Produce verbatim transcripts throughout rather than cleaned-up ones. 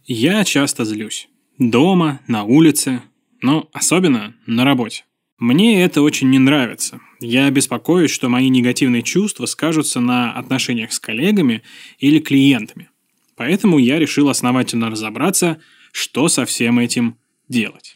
Я часто злюсь. Дома, на улице, но особенно на работе. Мне это очень не нравится. Я беспокоюсь, что мои негативные чувства скажутся на отношениях с коллегами или клиентами. Поэтому я решил основательно разобраться, что со всем этим делать.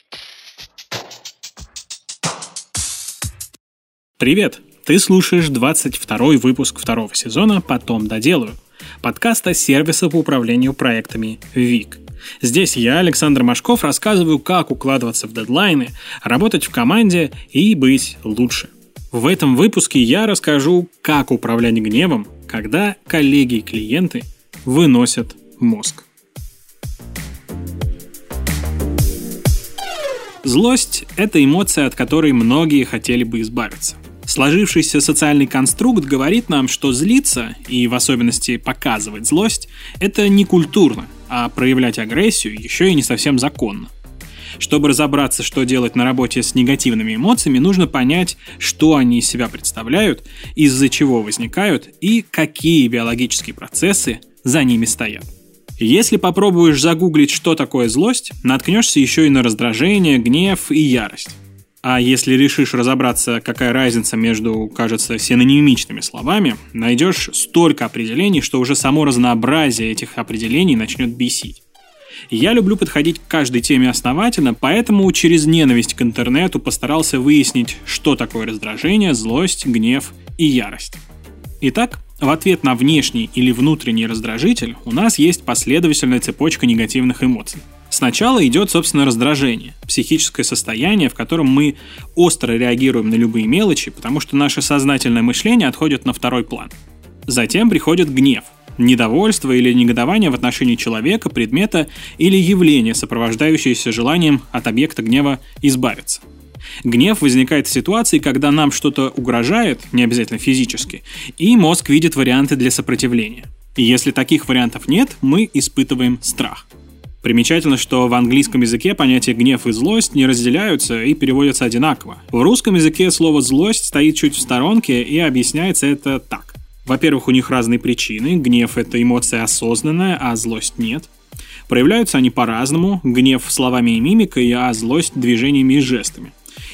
Привет! Ты слушаешь двадцать второй выпуск второго сезона «Потом доделаю» подкаста сервиса по управлению проектами Вик. Здесь я, Александр Машков, рассказываю, как укладываться в дедлайны, работать в команде и быть лучше. В этом выпуске я расскажу, как управлять гневом, когда коллеги и клиенты выносят мозг. Злость – это эмоция, от которой многие хотели бы избавиться. Сложившийся социальный конструкт говорит нам, что злиться, и в особенности показывать злость, это не культурно, а проявлять агрессию еще и не совсем законно. Чтобы разобраться, что делать на работе с негативными эмоциями, нужно понять, что они из себя представляют, из-за чего возникают и какие биологические процессы за ними стоят. Если попробуешь загуглить, что такое злость, наткнешься еще и на раздражение, гнев и ярость. А если решишь разобраться, какая разница между, кажется, синонимичными словами, найдешь столько определений, что уже само разнообразие этих определений начнет бесить. Я люблю подходить к каждой теме основательно, поэтому через ненависть к интернету постарался выяснить, что такое раздражение, злость, гнев и ярость. Итак, в ответ на внешний или внутренний раздражитель у нас есть последовательная цепочка негативных эмоций. Сначала идет, собственно, раздражение, психическое состояние, в котором мы остро реагируем на любые мелочи, потому что наше сознательное мышление отходит на второй план. Затем приходит гнев, недовольство или негодование в отношении человека, предмета или явления, сопровождающееся желанием от объекта гнева избавиться. Гнев возникает в ситуации, когда нам что-то угрожает, не обязательно физически, и мозг видит варианты для сопротивления. И если таких вариантов нет, мы испытываем страх. Примечательно, что в английском языке понятия гнев и злость не разделяются и переводятся одинаково. В русском языке слово «злость» стоит чуть в сторонке, и объясняется это так. Во-первых, у них разные причины. Гнев – это эмоция осознанная, а злость нет. Проявляются они по-разному. Гнев словами и мимикой, а злость движениями и жестами.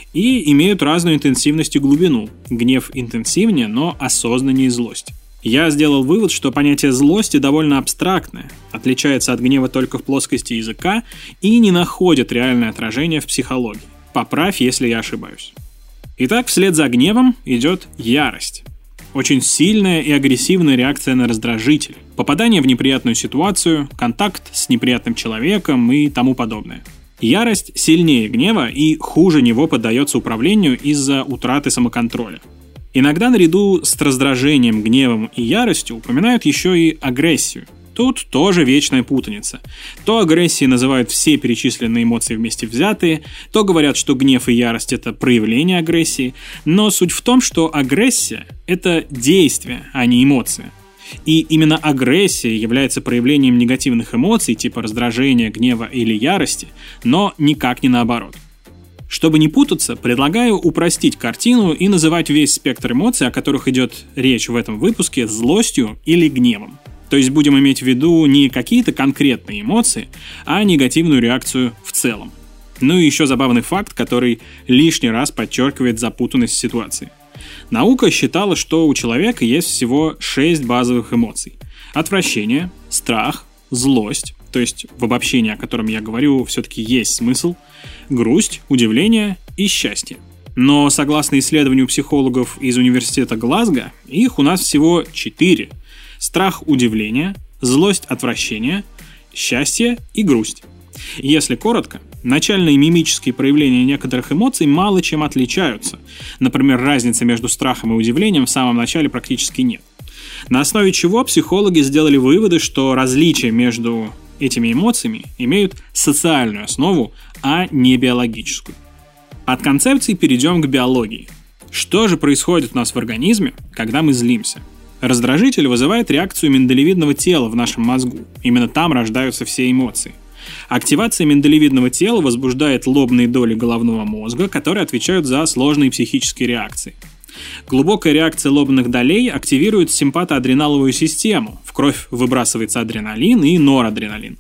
И имеют разную интенсивность и глубину. Гнев интенсивнее, но осознаннее злость. Я сделал вывод, что понятие злости довольно абстрактное, отличается от гнева только в плоскости языка и не находит реальное отражение в психологии. Поправь, если я ошибаюсь. Итак, вслед за гневом идет ярость. Очень сильная и агрессивная реакция на раздражитель, попадание в неприятную ситуацию, контакт с неприятным человеком и тому подобное. Ярость сильнее гнева и хуже него поддается управлению из-за утраты самоконтроля. Иногда наряду с раздражением, гневом и яростью упоминают еще и агрессию. Тут тоже вечная путаница. То агрессией называют все перечисленные эмоции вместе взятые, то говорят, что гнев и ярость – это проявление агрессии, но суть в том, что агрессия – это действие, а не эмоция. И именно агрессия является проявлением негативных эмоций, типа раздражения, гнева или ярости, но никак не наоборот. Чтобы не путаться, предлагаю упростить картину и называть весь спектр эмоций, о которых идет речь в этом выпуске, злостью или гневом. То есть будем иметь в виду не какие-то конкретные эмоции, а негативную реакцию в целом. Ну и еще забавный факт, который лишний раз подчеркивает запутанность ситуации. Наука считала, что у человека есть всего шесть базовых эмоций. Отвращение, страх, злость, то есть в обобщении, о котором я говорю, все-таки есть смысл, грусть, удивление и счастье. Но согласно исследованию психологов из университета Глазго, их у нас всего четыре. Страх, удивление, злость, отвращение, счастье и грусть. Если коротко, начальные мимические проявления некоторых эмоций мало чем отличаются. Например, разницы между страхом и удивлением в самом начале практически нет. На основе чего психологи сделали выводы, что различия между этими эмоциями имеют социальную основу, а не биологическую. От концепции перейдем к биологии. Что же происходит у нас в организме, когда мы злимся? Раздражитель вызывает реакцию миндалевидного тела в нашем мозгу. Именно там рождаются все эмоции. Активация миндалевидного тела возбуждает лобные доли головного мозга, которые отвечают за сложные психические реакции. Глубокая реакция лобных долей активирует симпатоадреналовую систему. В кровь выбрасывается адреналин и норадреналин.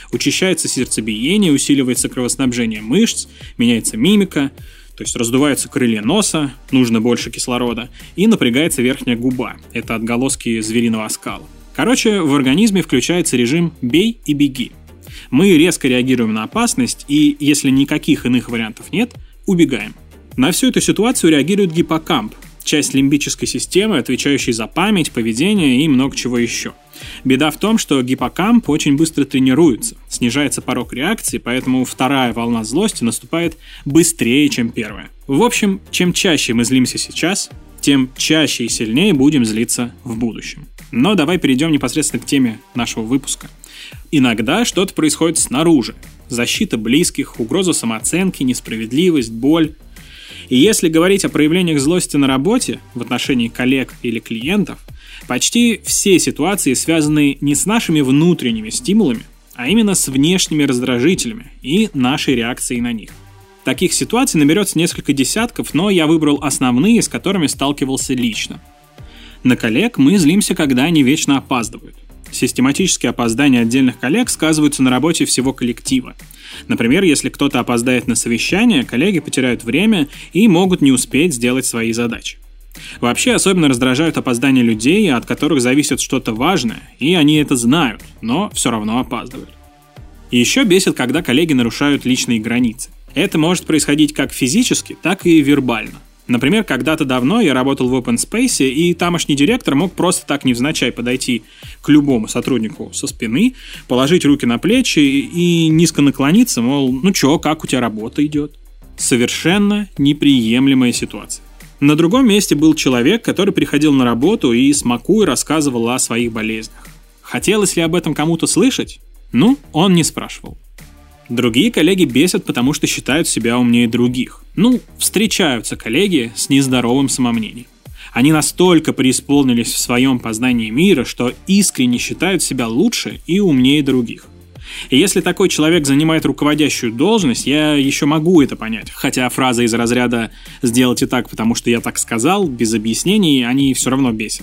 Учащается сердцебиение, усиливается кровоснабжение мышц, меняется мимика, то есть раздуваются крылья носа, нужно больше кислорода, и напрягается верхняя губа. Это отголоски звериного оскала. Короче, в организме включается режим «бей и беги». Мы резко реагируем на опасность, и если никаких иных вариантов нет, убегаем. На всю эту ситуацию реагирует гиппокамп, часть лимбической системы, отвечающей за память, поведение и много чего еще. Беда в том, что гиппокамп очень быстро тренируется, снижается порог реакции, поэтому вторая волна злости наступает быстрее, чем первая. В общем, чем чаще мы злимся сейчас, тем чаще и сильнее будем злиться в будущем. Но давай перейдем непосредственно к теме нашего выпуска. Иногда что-то происходит снаружи. Защита близких, угроза самооценки, несправедливость, боль. И если говорить о проявлениях злости на работе, в отношении коллег или клиентов, почти все ситуации связаны не с нашими внутренними стимулами, а именно с внешними раздражителями и нашей реакцией на них. Таких ситуаций наберется несколько десятков, но я выбрал основные, с которыми сталкивался лично. На коллег мы злимся, когда они вечно опаздывают. Систематические опоздания отдельных коллег сказываются на работе всего коллектива. Например, если кто-то опоздает на совещание, коллеги потеряют время и могут не успеть сделать свои задачи. Вообще особенно раздражают опоздания людей, от которых зависит что-то важное, и они это знают, но все равно опаздывают. И еще бесит, когда коллеги нарушают личные границы. Это может происходить как физически, так и вербально. Например, когда-то давно я работал в open space, и тамошний директор мог просто так невзначай подойти к любому сотруднику со спины, положить руки на плечи и низко наклониться, мол, ну чё, как у тебя работа идет? Совершенно неприемлемая ситуация. На другом месте был человек, который приходил на работу и смакуя рассказывал о своих болезнях. Хотелось ли об этом кому-то слышать? Ну, он не спрашивал. Другие коллеги бесят, потому что считают себя умнее других. Ну, встречаются коллеги с нездоровым самомнением. Они настолько преисполнились в своем познании мира, что искренне считают себя лучше и умнее других. И если такой человек занимает руководящую должность, я еще могу это понять. Хотя фраза из разряда «сделайте так, потому что я так сказал», без объяснений, они все равно бесят.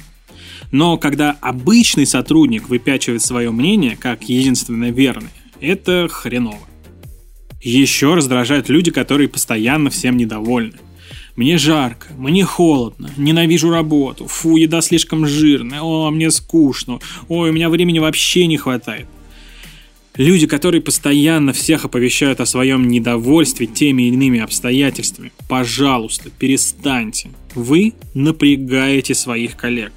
Но когда обычный сотрудник выпячивает свое мнение как единственно верное, это хреново. Еще раздражают люди, которые постоянно всем недовольны. Мне жарко, мне холодно, ненавижу работу, фу, еда слишком жирная, о, мне скучно, ой, у меня времени вообще не хватает. Люди, которые постоянно всех оповещают о своем недовольстве теми или иными обстоятельствами, пожалуйста, перестаньте. Вы напрягаете своих коллег.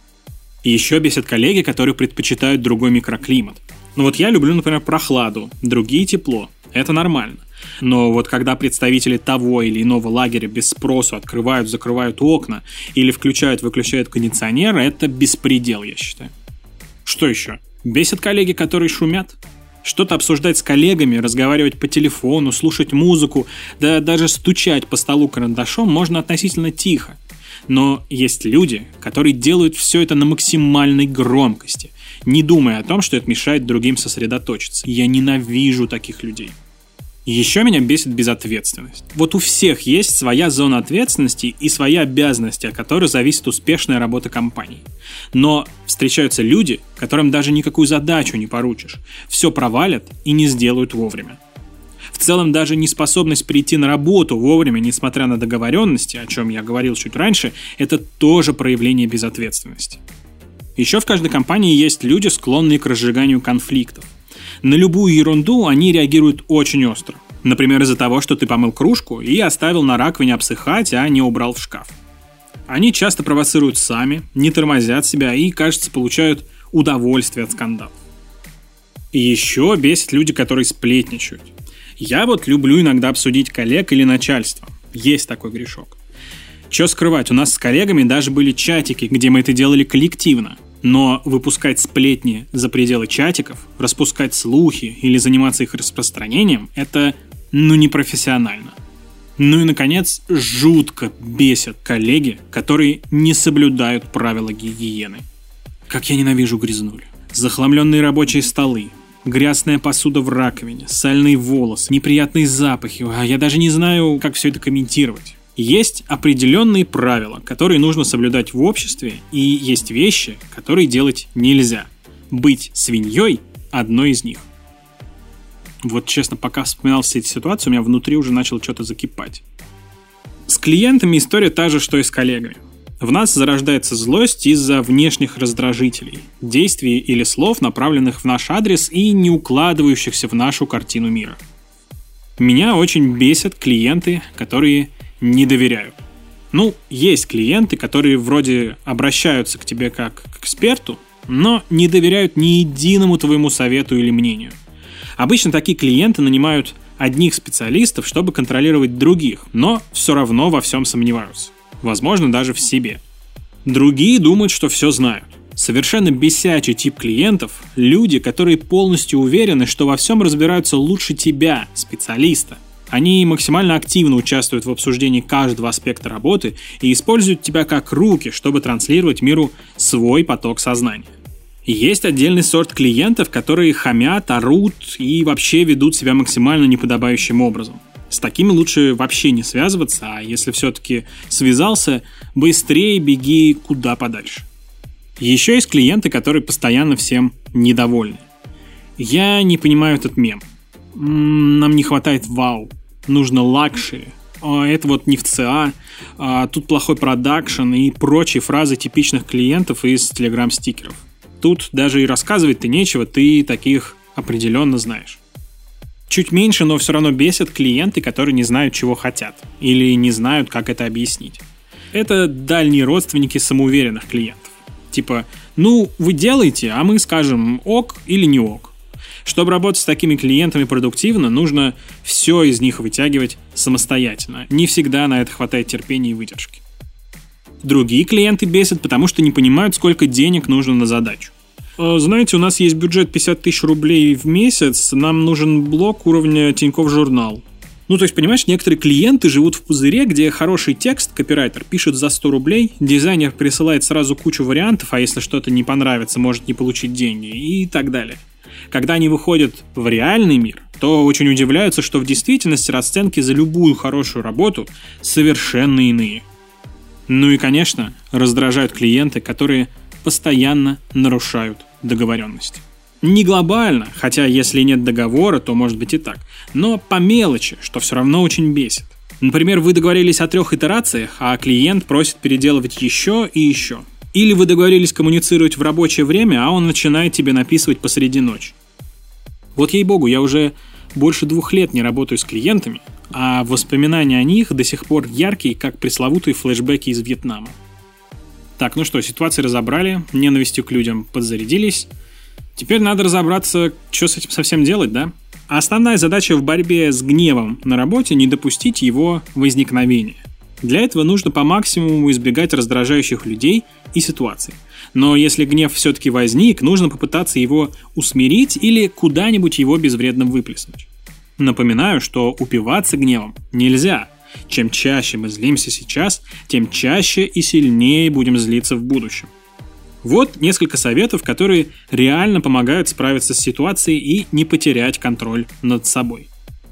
И еще бесят коллеги, которые предпочитают другой микроклимат. Ну вот я люблю, например, прохладу, другие тепло. Это нормально. Но вот когда представители того или иного лагеря без спросу открывают-закрывают окна или включают-выключают кондиционер, это беспредел, я считаю. Что еще? Бесят коллеги, которые шумят? Что-то обсуждать с коллегами, разговаривать по телефону, слушать музыку, да даже стучать по столу карандашом можно относительно тихо. Но есть люди, которые делают все это на максимальной громкости, не думая о том, что это мешает другим сосредоточиться. Я ненавижу таких людей. Еще меня бесит безответственность. Вот у всех есть своя зона ответственности и свои обязанности, от которых зависит успешная работа компании. Но встречаются люди, которым даже никакую задачу не поручишь, все провалят и не сделают вовремя. В целом даже неспособность прийти на работу вовремя, несмотря на договоренности, о чем я говорил чуть раньше, это тоже проявление безответственности. Еще в каждой компании есть люди, склонные к разжиганию конфликтов. На любую ерунду они реагируют очень остро. Например, из-за того, что ты помыл кружку и оставил на раковине обсыхать, а не убрал в шкаф. Они часто провоцируют сами, не тормозят себя и, кажется, получают удовольствие от скандалов. И еще бесят люди, которые сплетничают. Я вот люблю иногда обсудить коллег или начальство. Есть такой грешок. Чё скрывать, у нас с коллегами даже были чатики, где мы это делали коллективно. Но выпускать сплетни за пределы чатиков, распускать слухи или заниматься их распространением – это, ну, непрофессионально. Ну и, наконец, жутко бесят коллеги, которые не соблюдают правила гигиены. Как я ненавижу грязнулю. Захламленные рабочие столы, грязная посуда в раковине, сальные волосы, неприятные запахи. А я даже не знаю, как все это комментировать. Есть определенные правила, которые нужно соблюдать в обществе, и есть вещи, которые делать нельзя. Быть свиньей – одно из них. Вот честно, пока вспоминал все эти ситуации, у меня внутри уже начало что-то закипать. С клиентами история та же, что и с коллегами. В нас зарождается злость из-за внешних раздражителей, действий или слов, направленных в наш адрес и не укладывающихся в нашу картину мира. Меня очень бесят клиенты, которые не доверяют. Ну, есть клиенты, которые вроде обращаются к тебе как к эксперту, но не доверяют ни единому твоему совету или мнению. Обычно такие клиенты нанимают одних специалистов, чтобы контролировать других, но все равно во всем сомневаются. Возможно, даже в себе. Другие думают, что все знают. Совершенно бесячий тип клиентов – люди, которые полностью уверены, что во всем разбираются лучше тебя, специалиста. Они максимально активно участвуют в обсуждении каждого аспекта работы и используют тебя как руки, чтобы транслировать миру свой поток сознания. Есть отдельный сорт клиентов, которые хамят, орут и вообще ведут себя максимально неподобающим образом. С такими лучше вообще не связываться, а если все-таки связался, быстрее беги куда подальше. Еще есть клиенты, которые постоянно всем недовольны. Я не понимаю этот мем. Нам не хватает вау, нужно лакшери, а это вот не в ЦА, а тут плохой продакшн и прочие фразы типичных клиентов из телеграм-стикеров. Тут даже и рассказывать-то нечего, ты таких определенно знаешь. Чуть меньше, но все равно бесят клиенты, которые не знают, чего хотят, или не знают, как это объяснить. Это дальние родственники самоуверенных клиентов. Типа, ну, вы делаете, а мы скажем ок или не ок. Чтобы работать с такими клиентами продуктивно, нужно все из них вытягивать самостоятельно. Не всегда на это хватает терпения и выдержки. Другие клиенты бесят, потому что не понимают, сколько денег нужно на задачу. Знаете, у нас есть бюджет пятьдесят тысяч рублей в месяц, нам нужен блок уровня Тинькофф Журнал. Ну, то есть, понимаешь, некоторые клиенты живут в пузыре, где хороший текст копирайтер пишет за сто рублей, дизайнер присылает сразу кучу вариантов, а если что-то не понравится, может не получить деньги и так далее. Когда они выходят в реальный мир, то очень удивляются, что в действительности расценки за любую хорошую работу совершенно иные. Ну и, конечно, раздражают клиенты, которые постоянно нарушают договоренности. Не глобально, хотя если нет договора, то может быть и так, но по мелочи, что все равно очень бесит. Например, вы договорились о трех итерациях, а клиент просит переделывать еще и еще. Или вы договорились коммуницировать в рабочее время, а он начинает тебе написывать посреди ночи. Вот ей-богу, я уже больше двух лет не работаю с клиентами, а воспоминания о них до сих пор яркие, как пресловутые флешбеки из Вьетнама. Так, ну что, ситуации разобрали, ненавистью к людям подзарядились. Теперь надо разобраться, что с этим совсем делать, да? А основная задача в борьбе с гневом на работе – не допустить его возникновения. Для этого нужно по максимуму избегать раздражающих людей и ситуаций. Но если гнев все-таки возник, нужно попытаться его усмирить или куда-нибудь его безвредно выплеснуть. Напоминаю, что упиваться гневом нельзя. Чем чаще мы злимся сейчас, тем чаще и сильнее будем злиться в будущем. Вот несколько советов, которые реально помогают справиться с ситуацией и не потерять контроль над собой.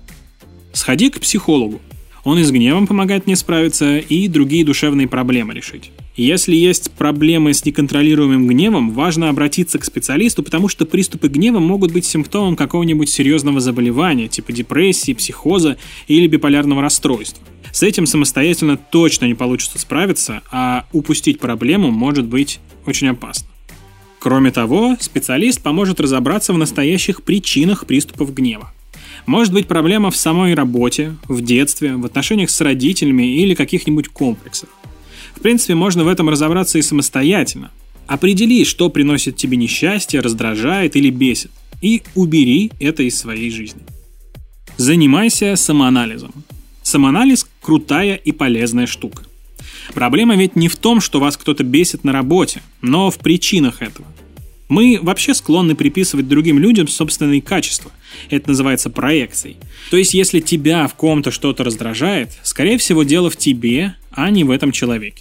Сходи к психологу. Он и с гневом помогает мне справиться, и другие душевные проблемы решить. Если есть проблемы с неконтролируемым гневом, важно обратиться к специалисту, потому что приступы гнева могут быть симптомом какого-нибудь серьезного заболевания, типа депрессии, психоза или биполярного расстройства. С этим самостоятельно точно не получится справиться, а упустить проблему может быть очень опасно. Кроме того, специалист поможет разобраться в настоящих причинах приступов гнева. Может быть проблема в самой работе, в детстве, в отношениях с родителями или каких-нибудь комплексах. В принципе, можно в этом разобраться и самостоятельно. Определи, что приносит тебе несчастье, раздражает или бесит, и убери это из своей жизни. Занимайся самоанализом. Самоанализ – крутая и полезная штука. Проблема ведь не в том, что вас кто-то бесит на работе, но в причинах этого. Мы вообще склонны приписывать другим людям собственные качества. Это называется проекцией. То есть, если тебя в ком-то что-то раздражает, скорее всего, дело в тебе, а не в этом человеке.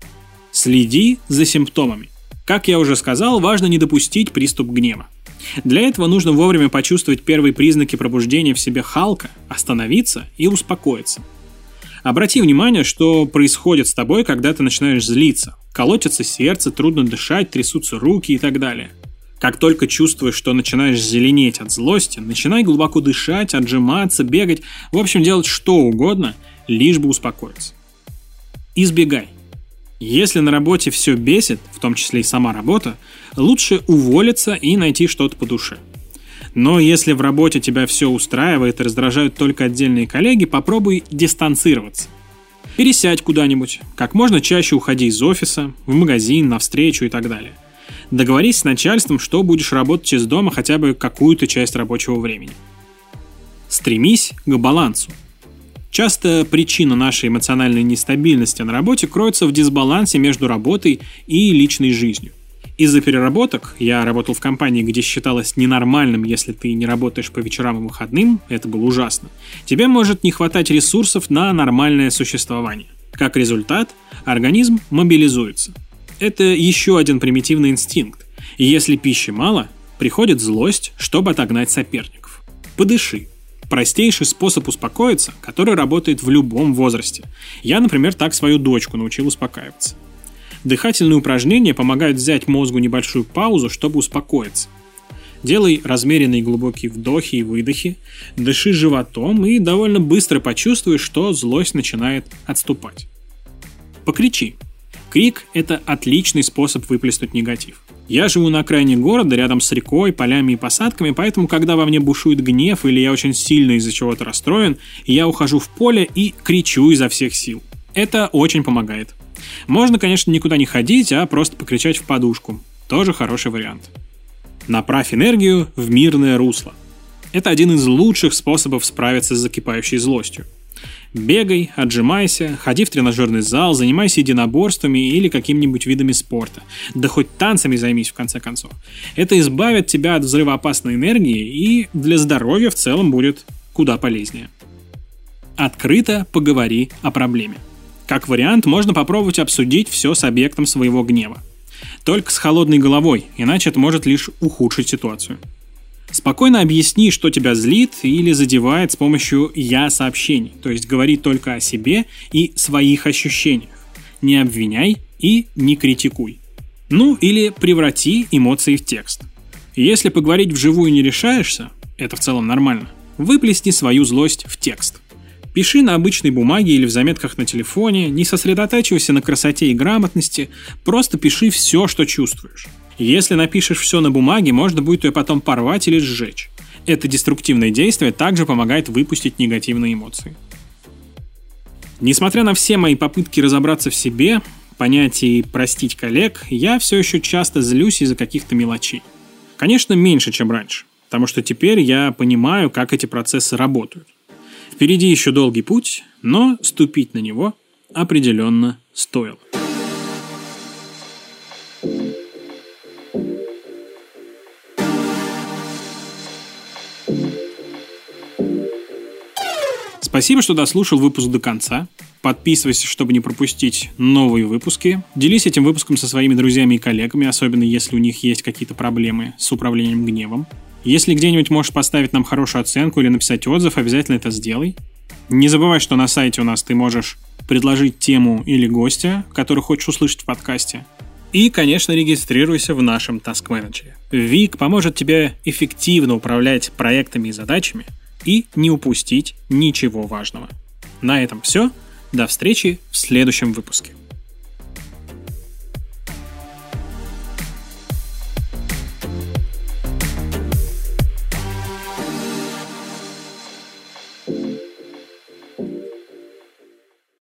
Следи за симптомами. Как я уже сказал, важно не допустить приступ гнева. Для этого нужно вовремя почувствовать первые признаки пробуждения в себе Халка, остановиться и успокоиться. Обрати внимание, что происходит с тобой, когда ты начинаешь злиться. Колотится сердце, трудно дышать, трясутся руки и так далее. Как только чувствуешь, что начинаешь зеленеть от злости, начинай глубоко дышать, отжиматься, бегать, в общем, делать что угодно, лишь бы успокоиться. Избегай. Если на работе все бесит, в том числе и сама работа, лучше уволиться и найти что-то по душе. Но если в работе тебя все устраивает и раздражают только отдельные коллеги, попробуй дистанцироваться. Пересядь куда-нибудь, как можно чаще уходи из офиса, в магазин, на встречу и так далее. Договорись с начальством, что будешь работать из дома хотя бы какую-то часть рабочего времени. Стремись к балансу. Часто причина нашей эмоциональной нестабильности на работе кроется в дисбалансе между работой и личной жизнью. Из-за переработок, я работал в компании, где считалось ненормальным, если ты не работаешь по вечерам и выходным, это было ужасно, тебе может не хватать ресурсов на нормальное существование. Как результат, организм мобилизуется. Это еще один примитивный инстинкт. И если пищи мало, приходит злость, чтобы отогнать соперников. Подыши. Простейший способ успокоиться, который работает в любом возрасте. Я, например, так свою дочку научил успокаиваться. Дыхательные упражнения помогают взять мозгу небольшую паузу, чтобы успокоиться. Делай размеренные глубокие вдохи и выдохи, дыши животом и довольно быстро почувствуешь, что злость начинает отступать. Покричи. Крик – это отличный способ выплеснуть негатив. Я живу на окраине города, рядом с рекой, полями и посадками, поэтому, когда во мне бушует гнев или я очень сильно из-за чего-то расстроен, я ухожу в поле и кричу изо всех сил. Это очень помогает. Можно, конечно, никуда не ходить, а просто покричать в подушку. Тоже хороший вариант. Направь энергию в мирное русло. Это один из лучших способов справиться с закипающей злостью. Бегай, отжимайся, ходи в тренажерный зал, занимайся единоборствами или какими-нибудь видами спорта. Да хоть танцами займись, в конце концов. Это избавит тебя от взрывоопасной энергии и для здоровья в целом будет куда полезнее. Открыто поговори о проблеме. Как вариант, можно попробовать обсудить все с объектом своего гнева. Только с холодной головой, иначе это может лишь ухудшить ситуацию. Спокойно объясни, что тебя злит или задевает с помощью «я-сообщений», то есть говори только о себе и своих ощущениях. Не обвиняй и не критикуй. Ну или преврати эмоции в текст. Если поговорить вживую не решаешься, это в целом нормально, выплесни свою злость в текст. Пиши на обычной бумаге или в заметках на телефоне, не сосредотачивайся на красоте и грамотности, просто пиши все, что чувствуешь. Если напишешь все на бумаге, можно будет ее потом порвать или сжечь. Это деструктивное действие также помогает выпустить негативные эмоции. Несмотря на все мои попытки разобраться в себе, понять и простить коллег, я все еще часто злюсь из-за каких-то мелочей. Конечно, меньше, чем раньше, потому что теперь я понимаю, как эти процессы работают. Впереди еще долгий путь, но ступить на него определенно стоило. Спасибо, что дослушал выпуск до конца. Подписывайся, чтобы не пропустить новые выпуски. Делись этим выпуском со своими друзьями и коллегами, особенно если у них есть какие-то проблемы с управлением гневом. Если где-нибудь можешь поставить нам хорошую оценку или написать отзыв, обязательно это сделай. Не забывай, что на сайте у нас ты можешь предложить тему или гостя, который хочешь услышать в подкасте. И, конечно, регистрируйся в нашем Task Manager. Вик поможет тебе эффективно управлять проектами и задачами и не упустить ничего важного. На этом все. До встречи в следующем выпуске.